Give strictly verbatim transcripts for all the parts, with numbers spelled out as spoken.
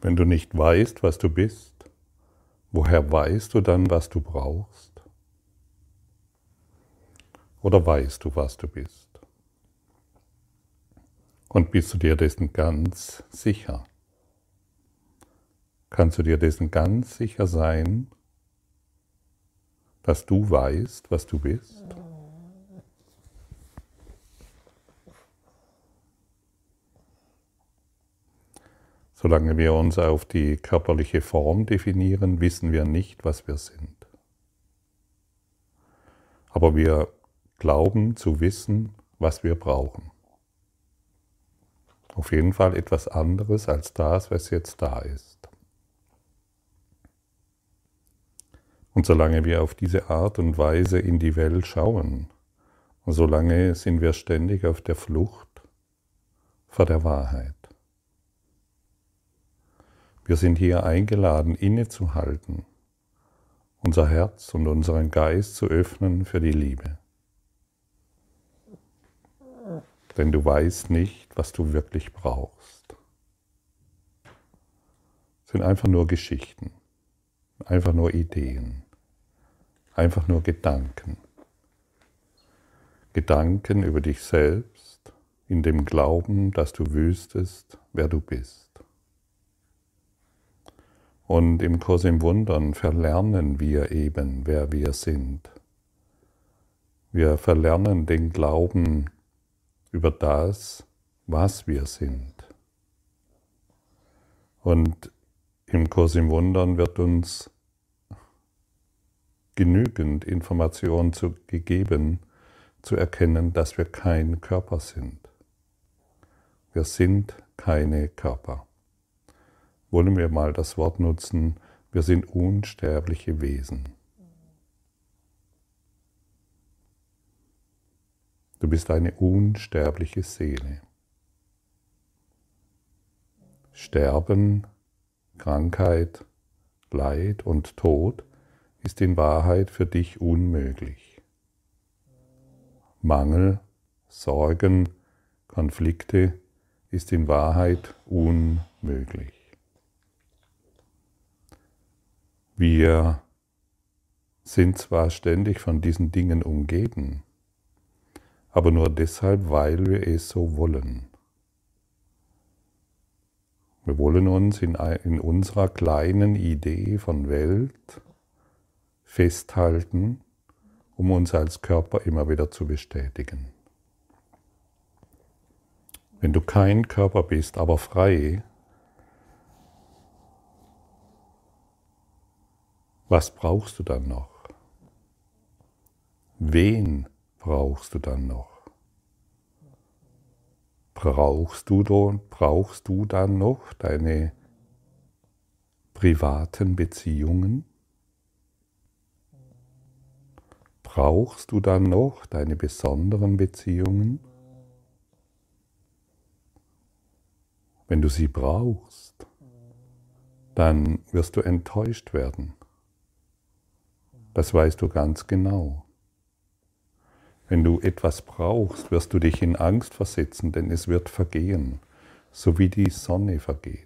Wenn du nicht weißt, was du bist, woher weißt du dann, was du brauchst? Oder weißt du, was du bist? Und bist du dir dessen ganz sicher? Kannst du dir dessen ganz sicher sein, dass du weißt, was du bist? Solange wir uns auf die körperliche Form definieren, wissen wir nicht, was wir sind. Aber wir glauben zu wissen, was wir brauchen. Auf jeden Fall etwas anderes als das, was jetzt da ist. Und solange wir auf diese Art und Weise in die Welt schauen, solange sind wir ständig auf der Flucht vor der Wahrheit. Wir sind hier eingeladen, innezuhalten, unser Herz und unseren Geist zu öffnen für die Liebe. Denn du weißt nicht, was du wirklich brauchst. Es sind einfach nur Geschichten, einfach nur Ideen, einfach nur Gedanken. Gedanken über dich selbst, in dem Glauben, dass du wüsstest, wer du bist. Und im Kurs im Wundern verlernen wir eben, wer wir sind. Wir verlernen den Glauben über das, was wir sind. Und im Kurs im Wundern wird uns genügend Information zu, gegeben, zu erkennen, dass wir kein Körper sind. Wir sind keine Körper. Wollen wir mal das Wort nutzen, wir sind unsterbliche Wesen. Du bist eine unsterbliche Seele. Sterben, Krankheit, Leid und Tod ist in Wahrheit für dich unmöglich. Mangel, Sorgen, Konflikte ist in Wahrheit unmöglich. Wir sind zwar ständig von diesen Dingen umgeben, aber nur deshalb, weil wir es so wollen. Wir wollen uns in, in unserer kleinen Idee von Welt festhalten, um uns als Körper immer wieder zu bestätigen. Wenn du kein Körper bist, aber frei, was brauchst du dann noch? Wen brauchst du dann noch? Brauchst du, brauchst du dann noch deine privaten Beziehungen? Brauchst du dann noch deine besonderen Beziehungen? Wenn du sie brauchst, dann wirst du enttäuscht werden. Das weißt du ganz genau. Wenn du etwas brauchst, wirst du dich in Angst versetzen, denn es wird vergehen, so wie die Sonne vergeht.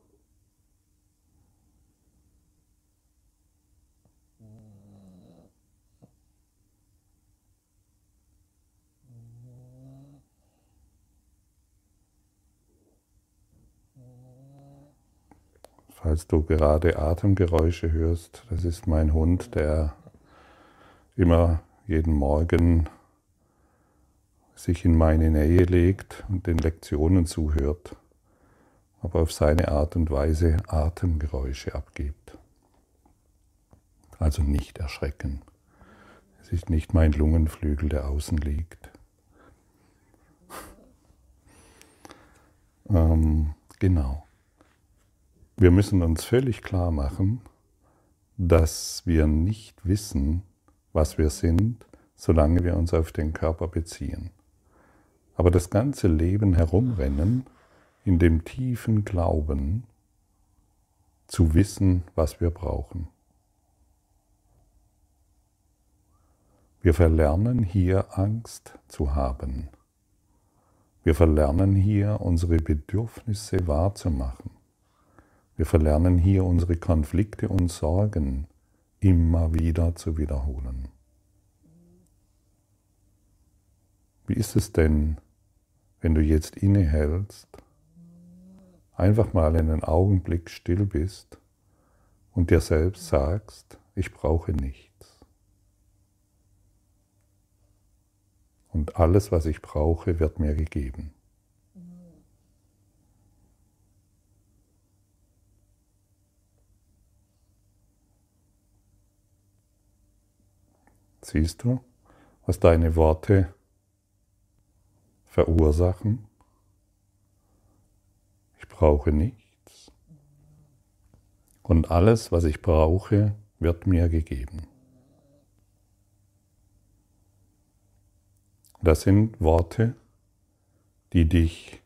Falls du gerade Atemgeräusche hörst, das ist mein Hund, der immer jeden Morgen sich in meine Nähe legt und den Lektionen zuhört, aber auf seine Art und Weise Atemgeräusche abgibt. Also nicht erschrecken. Es ist nicht mein Lungenflügel, der außen liegt. ähm, genau. Wir müssen uns völlig klar machen, dass wir nicht wissen, was wir sind, solange wir uns auf den Körper beziehen. Aber das ganze Leben herumrennen, in dem tiefen Glauben, zu wissen, was wir brauchen. Wir verlernen hier Angst zu haben. Wir verlernen hier unsere Bedürfnisse wahrzumachen. Wir verlernen hier unsere Konflikte und Sorgen immer wieder zu wiederholen. Wie ist es denn, wenn du jetzt innehältst, einfach mal einen Augenblick still bist und dir selbst sagst, ich brauche nichts. Und alles, was ich brauche, wird mir gegeben. Siehst du, was deine Worte verursachen? Ich brauche nichts. Und alles, was ich brauche, wird mir gegeben. Das sind Worte, die dich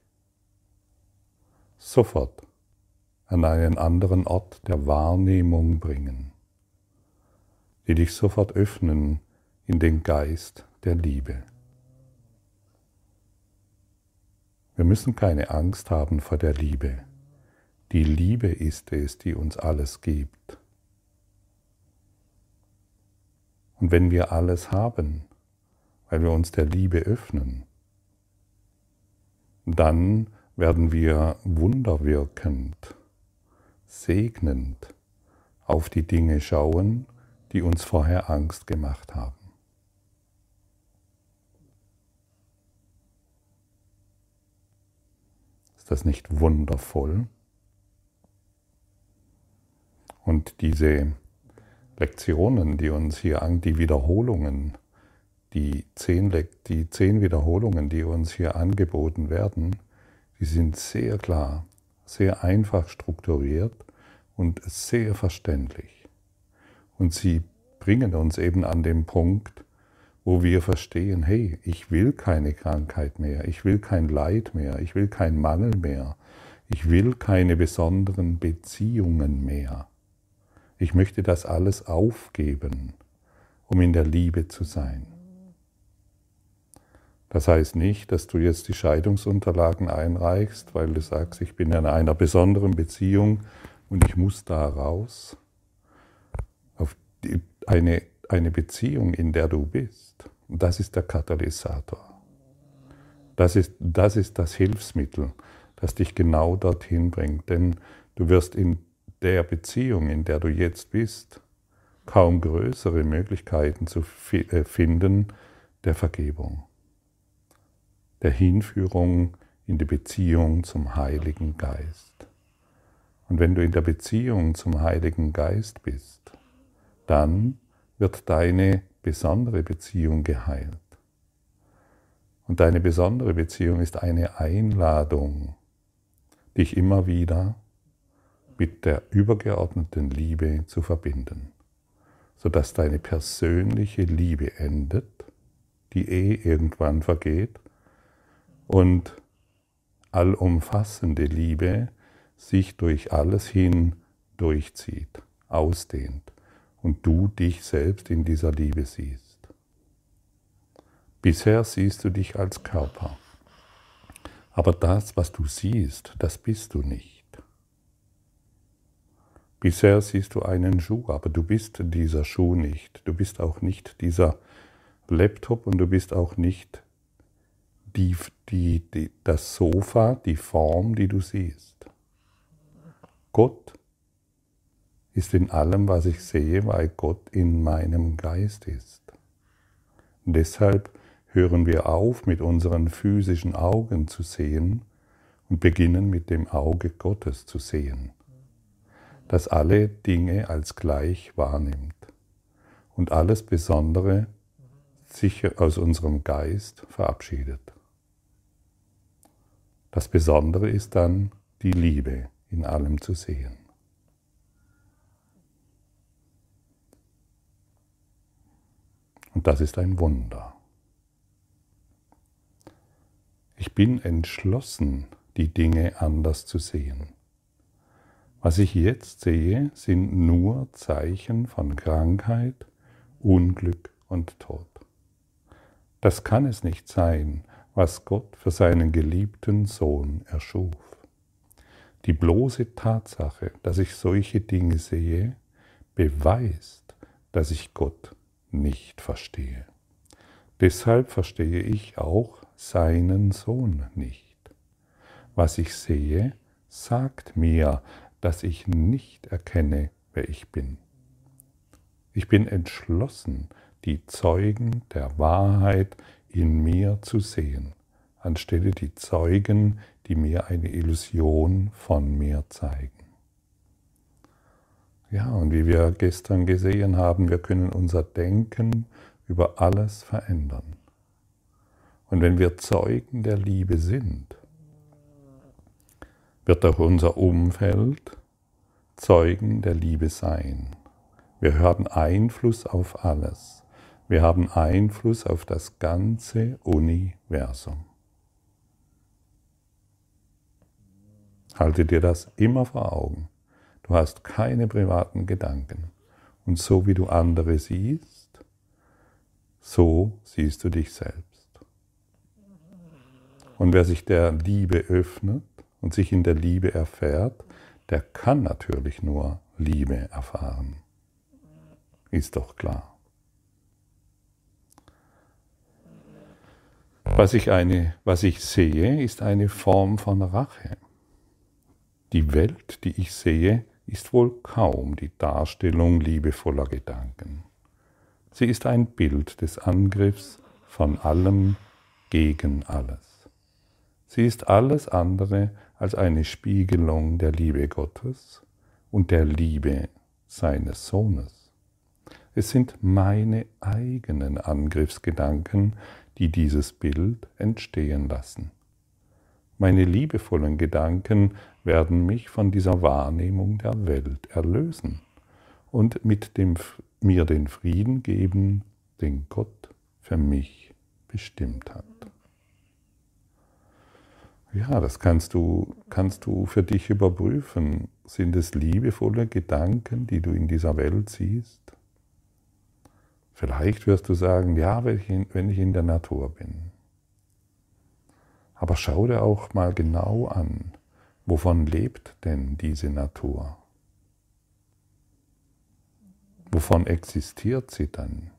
sofort an einen anderen Ort der Wahrnehmung bringen, die dich sofort öffnen in den Geist der Liebe. Wir müssen keine Angst haben vor der Liebe. Die Liebe ist es, die uns alles gibt. Und wenn wir alles haben, weil wir uns der Liebe öffnen, dann werden wir wunderwirkend, segnend auf die Dinge schauen, die uns vorher Angst gemacht haben. Ist das nicht wundervoll? Und diese Lektionen, die uns hier an, die Wiederholungen, die zehn, die zehn Wiederholungen, die uns hier angeboten werden, die sind sehr klar, sehr einfach strukturiert und sehr verständlich. Und sie bringen uns eben an den Punkt, wo wir verstehen, hey, ich will keine Krankheit mehr, ich will kein Leid mehr, ich will keinen Mangel mehr, ich will keine besonderen Beziehungen mehr. Ich möchte das alles aufgeben, um in der Liebe zu sein. Das heißt nicht, dass du jetzt die Scheidungsunterlagen einreichst, weil du sagst, ich bin in einer besonderen Beziehung und ich muss da raus. Auf die, eine, eine Beziehung, in der du bist, das ist der Katalysator. Das ist, das ist das Hilfsmittel, das dich genau dorthin bringt. Denn du wirst in der Beziehung, in der du jetzt bist, kaum größere Möglichkeiten zu finden der Vergebung, der Hinführung in die Beziehung zum Heiligen Geist. Und wenn du in der Beziehung zum Heiligen Geist bist, dann wird deine besondere Beziehung geheilt. Und deine besondere Beziehung ist eine Einladung, dich immer wieder mit der übergeordneten Liebe zu verbinden, sodass deine persönliche Liebe endet, die eh irgendwann vergeht, und allumfassende Liebe sich durch alles hin durchzieht, ausdehnt und du dich selbst in dieser Liebe siehst. Bisher siehst du dich als Körper, aber das, was du siehst, das bist du nicht. Bisher siehst du einen Schuh, aber du bist dieser Schuh nicht. Du bist auch nicht dieser Laptop und du bist auch nicht die, die, die, das Sofa, die Form, die du siehst. Gott ist in allem, was ich sehe, weil Gott in meinem Geist ist. Und deshalb hören wir auf, mit unseren physischen Augen zu sehen und beginnen mit dem Auge Gottes zu sehen, das alle Dinge als gleich wahrnimmt und alles Besondere sich aus unserem Geist verabschiedet. Das Besondere ist dann die Liebe in allem zu sehen. Und das ist ein Wunder. Ich bin entschlossen, die Dinge anders zu sehen. Was ich jetzt sehe, sind nur Zeichen von Krankheit, Unglück und Tod. Das kann es nicht sein, was Gott für seinen geliebten Sohn erschuf. Die bloße Tatsache, dass ich solche Dinge sehe, beweist, dass ich Gott nicht verstehe. Deshalb verstehe ich auch seinen Sohn nicht. Was ich sehe, sagt mir, dass ich nicht erkenne, wer ich bin. Ich bin entschlossen, die Zeugen der Wahrheit in mir zu sehen, anstelle die Zeugen, die mir eine Illusion von mir zeigen. Ja, und wie wir gestern gesehen haben, wir können unser Denken über alles verändern. Und wenn wir Zeugen der Liebe sind, wird auch unser Umfeld Zeugen der Liebe sein. Wir haben Einfluss auf alles. Wir haben Einfluss auf das ganze Universum. Halte dir das immer vor Augen. Du hast keine privaten Gedanken. Und so wie du andere siehst, so siehst du dich selbst. Und wer sich der Liebe öffnet und sich in der Liebe erfährt, der kann natürlich nur Liebe erfahren. Ist doch klar. Was ich, eine, was ich sehe, ist eine Form von Rache. Die Welt, die ich sehe, ist wohl kaum die Darstellung liebevoller Gedanken. Sie ist ein Bild des Angriffs von allem gegen alles. Sie ist alles andere als eine Spiegelung der Liebe Gottes und der Liebe seines Sohnes. Es sind meine eigenen Angriffsgedanken, die dieses Bild entstehen lassen. Meine liebevollen Gedanken werden mich von dieser Wahrnehmung der Welt erlösen und mit dem, mir den Frieden geben, den Gott für mich bestimmt hat. Ja, das kannst du, kannst du für dich überprüfen. Sind es liebevolle Gedanken, die du in dieser Welt siehst? Vielleicht wirst du sagen, ja, wenn ich in der Natur bin. Aber schau dir auch mal genau an, wovon lebt denn diese Natur? Wovon existiert sie dann?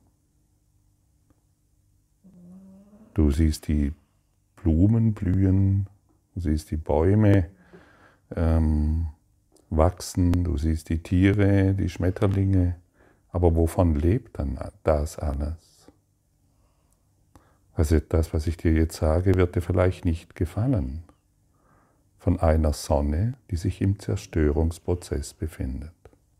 Du siehst die Blumen blühen, du siehst die Bäume ähm, wachsen, du siehst die Tiere, die Schmetterlinge, aber wovon lebt dann das alles? Also das, was ich dir jetzt sage, wird dir vielleicht nicht gefallen. Von einer Sonne, die sich im Zerstörungsprozess befindet.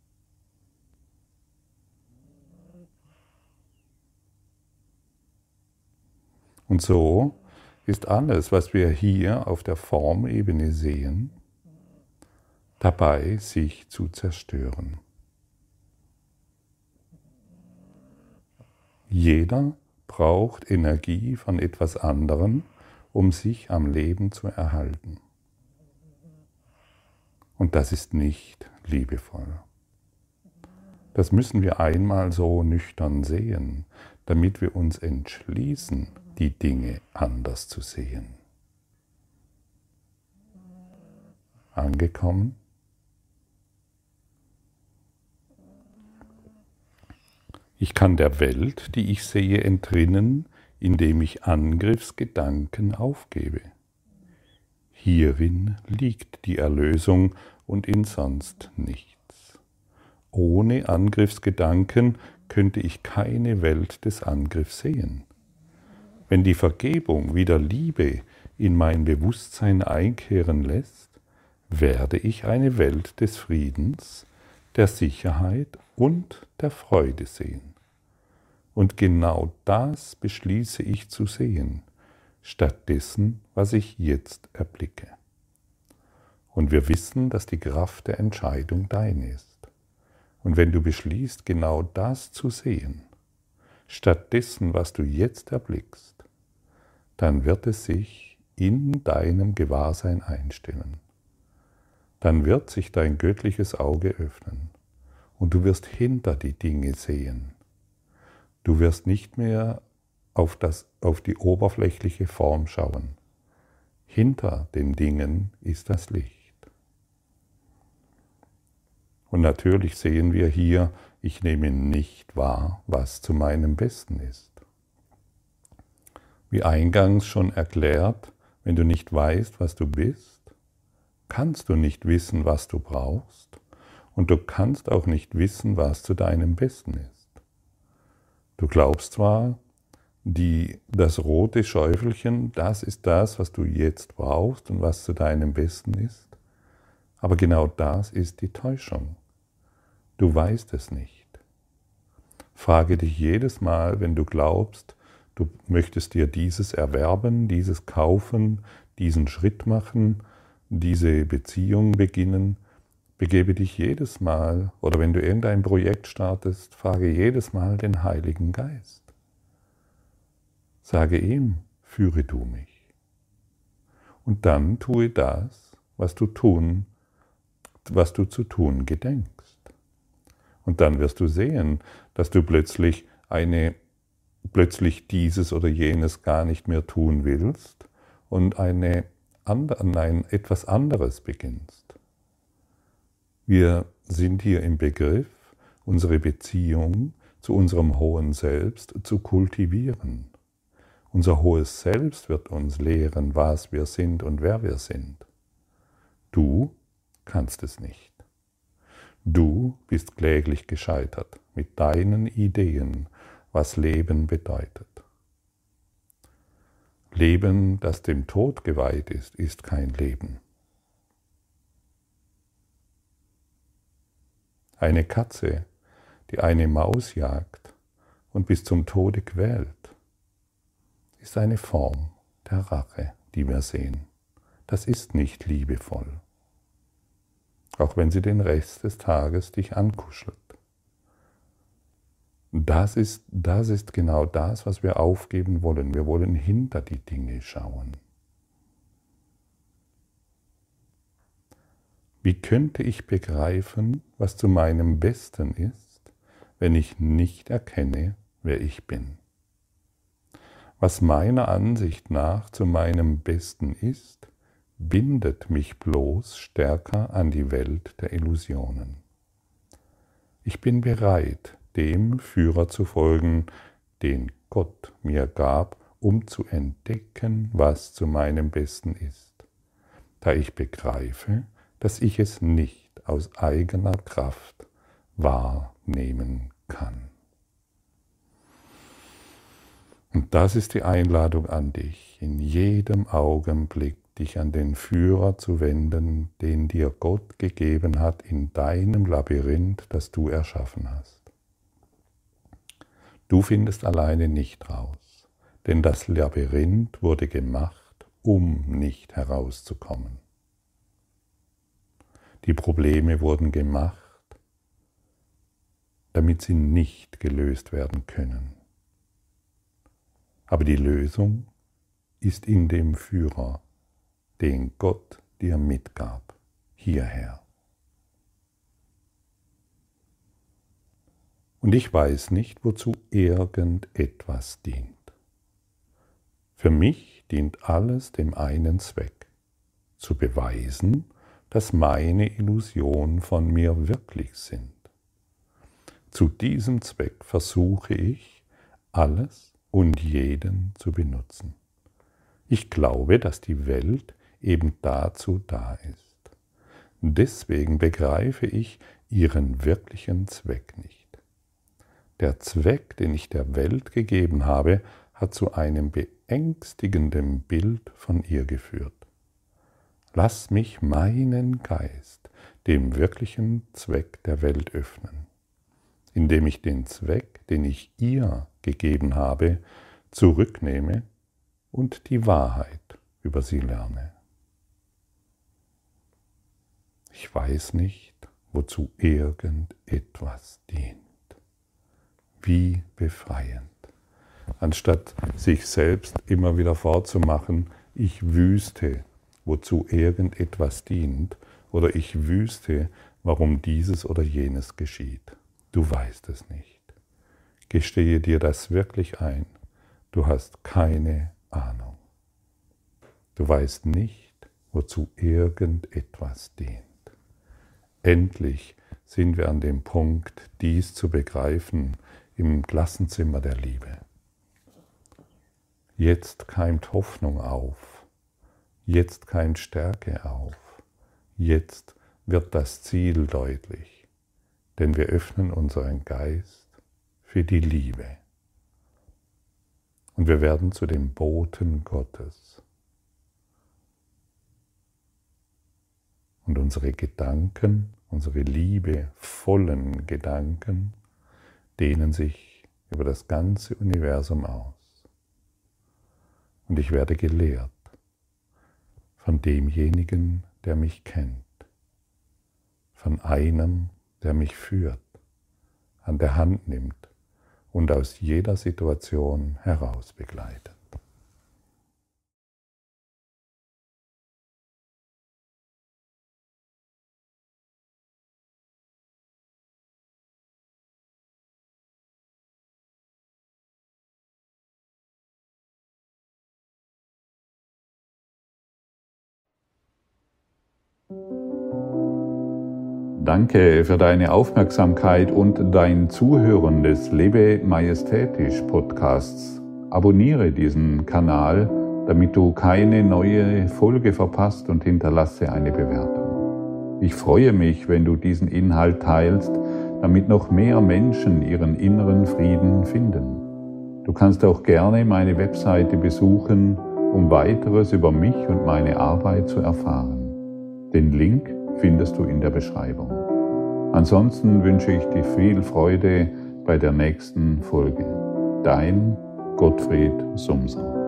Und so ist alles, was wir hier auf der Formebene sehen, dabei, sich zu zerstören. Jeder braucht Energie von etwas anderem, um sich am Leben zu erhalten. Und das ist nicht liebevoll. Das müssen wir einmal so nüchtern sehen, damit wir uns entschließen, die Dinge anders zu sehen. Angekommen? Ich kann der Welt, die ich sehe, entrinnen, indem ich Angriffsgedanken aufgebe. Hierin liegt die Erlösung und in sonst nichts. Ohne Angriffsgedanken könnte ich keine Welt des Angriffs sehen. Wenn die Vergebung wieder Liebe in mein Bewusstsein einkehren lässt, werde ich eine Welt des Friedens, der Sicherheit und der Freude sehen. Und genau das beschließe ich zu sehen, statt dessen, was ich jetzt erblicke. Und wir wissen, dass die Kraft der Entscheidung dein ist. Und wenn du beschließt, genau das zu sehen, statt dessen, was du jetzt erblickst, dann wird es sich in deinem Gewahrsein einstellen. Dann wird sich dein göttliches Auge öffnen und du wirst hinter die Dinge sehen. Du wirst nicht mehr auf, das, auf die oberflächliche Form schauen. Hinter den Dingen ist das Licht. Und natürlich sehen wir hier, ich nehme nicht wahr, was zu meinem Besten ist. Wie eingangs schon erklärt, wenn du nicht weißt, was du bist, kannst du nicht wissen, was du brauchst, und du kannst auch nicht wissen, was zu deinem Besten ist. Du glaubst zwar, die, das rote Schäufelchen, das ist das, was du jetzt brauchst und was zu deinem Besten ist, aber genau das ist die Täuschung. Du weißt es nicht. Frage dich jedes Mal, wenn du glaubst, du möchtest dir dieses erwerben, dieses kaufen, diesen Schritt machen, diese Beziehung beginnen, begebe dich jedes Mal, oder wenn du irgendein Projekt startest, frage jedes Mal den Heiligen Geist. Sage ihm, führe du mich. Und dann tue das, was du tun, was du zu tun gedenkst. Und dann wirst du sehen, dass du plötzlich eine, plötzlich dieses oder jenes gar nicht mehr tun willst und eine, ein, etwas anderes beginnst. Wir sind hier im Begriff, unsere Beziehung zu unserem hohen Selbst zu kultivieren. Unser hohes Selbst wird uns lehren, was wir sind und wer wir sind. Du kannst es nicht. Du bist kläglich gescheitert mit deinen Ideen, was Leben bedeutet. Leben, das dem Tod geweiht ist, ist kein Leben. Eine Katze, die eine Maus jagt und bis zum Tode quält, ist eine Form der Rache, die wir sehen. Das ist nicht liebevoll, auch wenn sie den Rest des Tages dich ankuschelt. Das ist, das ist genau das, was wir aufgeben wollen. Wir wollen hinter die Dinge schauen. Wie könnte ich begreifen, was zu meinem Besten ist, wenn ich nicht erkenne, wer ich bin? Was meiner Ansicht nach zu meinem Besten ist, bindet mich bloß stärker an die Welt der Illusionen. Ich bin bereit, dem Führer zu folgen, den Gott mir gab, um zu entdecken, was zu meinem Besten ist, da ich begreife, dass ich es nicht aus eigener Kraft wahrnehmen kann. Und das ist die Einladung an dich, in jedem Augenblick dich an den Führer zu wenden, den dir Gott gegeben hat in deinem Labyrinth, das du erschaffen hast. Du findest alleine nicht raus, denn das Labyrinth wurde gemacht, um nicht herauszukommen. Die Probleme wurden gemacht, damit sie nicht gelöst werden können. Aber die Lösung ist in dem Führer, den Gott dir mitgab, hierher. Und ich weiß nicht, wozu irgendetwas dient. Für mich dient alles dem einen Zweck, zu beweisen, dass meine Illusionen von mir wirklich sind. Zu diesem Zweck versuche ich, alles und jeden zu benutzen. Ich glaube, dass die Welt eben dazu da ist. Deswegen begreife ich ihren wirklichen Zweck nicht. Der Zweck, den ich der Welt gegeben habe, hat zu einem beängstigenden Bild von ihr geführt. Lass mich meinen Geist dem wirklichen Zweck der Welt öffnen, indem ich den Zweck, den ich ihr gegeben habe, zurücknehme und die Wahrheit über sie lerne. Ich weiß nicht, wozu irgendetwas dient. Wie befreiend. Anstatt sich selbst immer wieder vorzumachen, ich wüsste, wozu irgendetwas dient, oder ich wüsste, warum dieses oder jenes geschieht. Du weißt es nicht. Gestehe dir das wirklich ein. Du hast keine Ahnung. Du weißt nicht, wozu irgendetwas dient. Endlich sind wir an dem Punkt, dies zu begreifen im Klassenzimmer der Liebe. Jetzt keimt Hoffnung auf, jetzt keimt Stärke auf, jetzt wird das Ziel deutlich, denn wir öffnen unseren Geist für die Liebe. Und wir werden zu den Boten Gottes. Und unsere Gedanken, unsere liebevollen Gedanken, dehnen sich über das ganze Universum aus. Und ich werde gelehrt von demjenigen, der mich kennt, von einem, der mich führt, an der Hand nimmt und aus jeder Situation heraus begleitet. Danke für deine Aufmerksamkeit und dein Zuhören des Lebe Majestätisch Podcasts. Abonniere diesen Kanal, damit du keine neue Folge verpasst, und hinterlasse eine Bewertung. Ich freue mich, wenn du diesen Inhalt teilst, damit noch mehr Menschen ihren inneren Frieden finden. Du kannst auch gerne meine Webseite besuchen, um weiteres über mich und meine Arbeit zu erfahren. Den Link findest du in der Beschreibung. Ansonsten wünsche ich dir viel Freude bei der nächsten Folge. Dein Gottfried Sumser.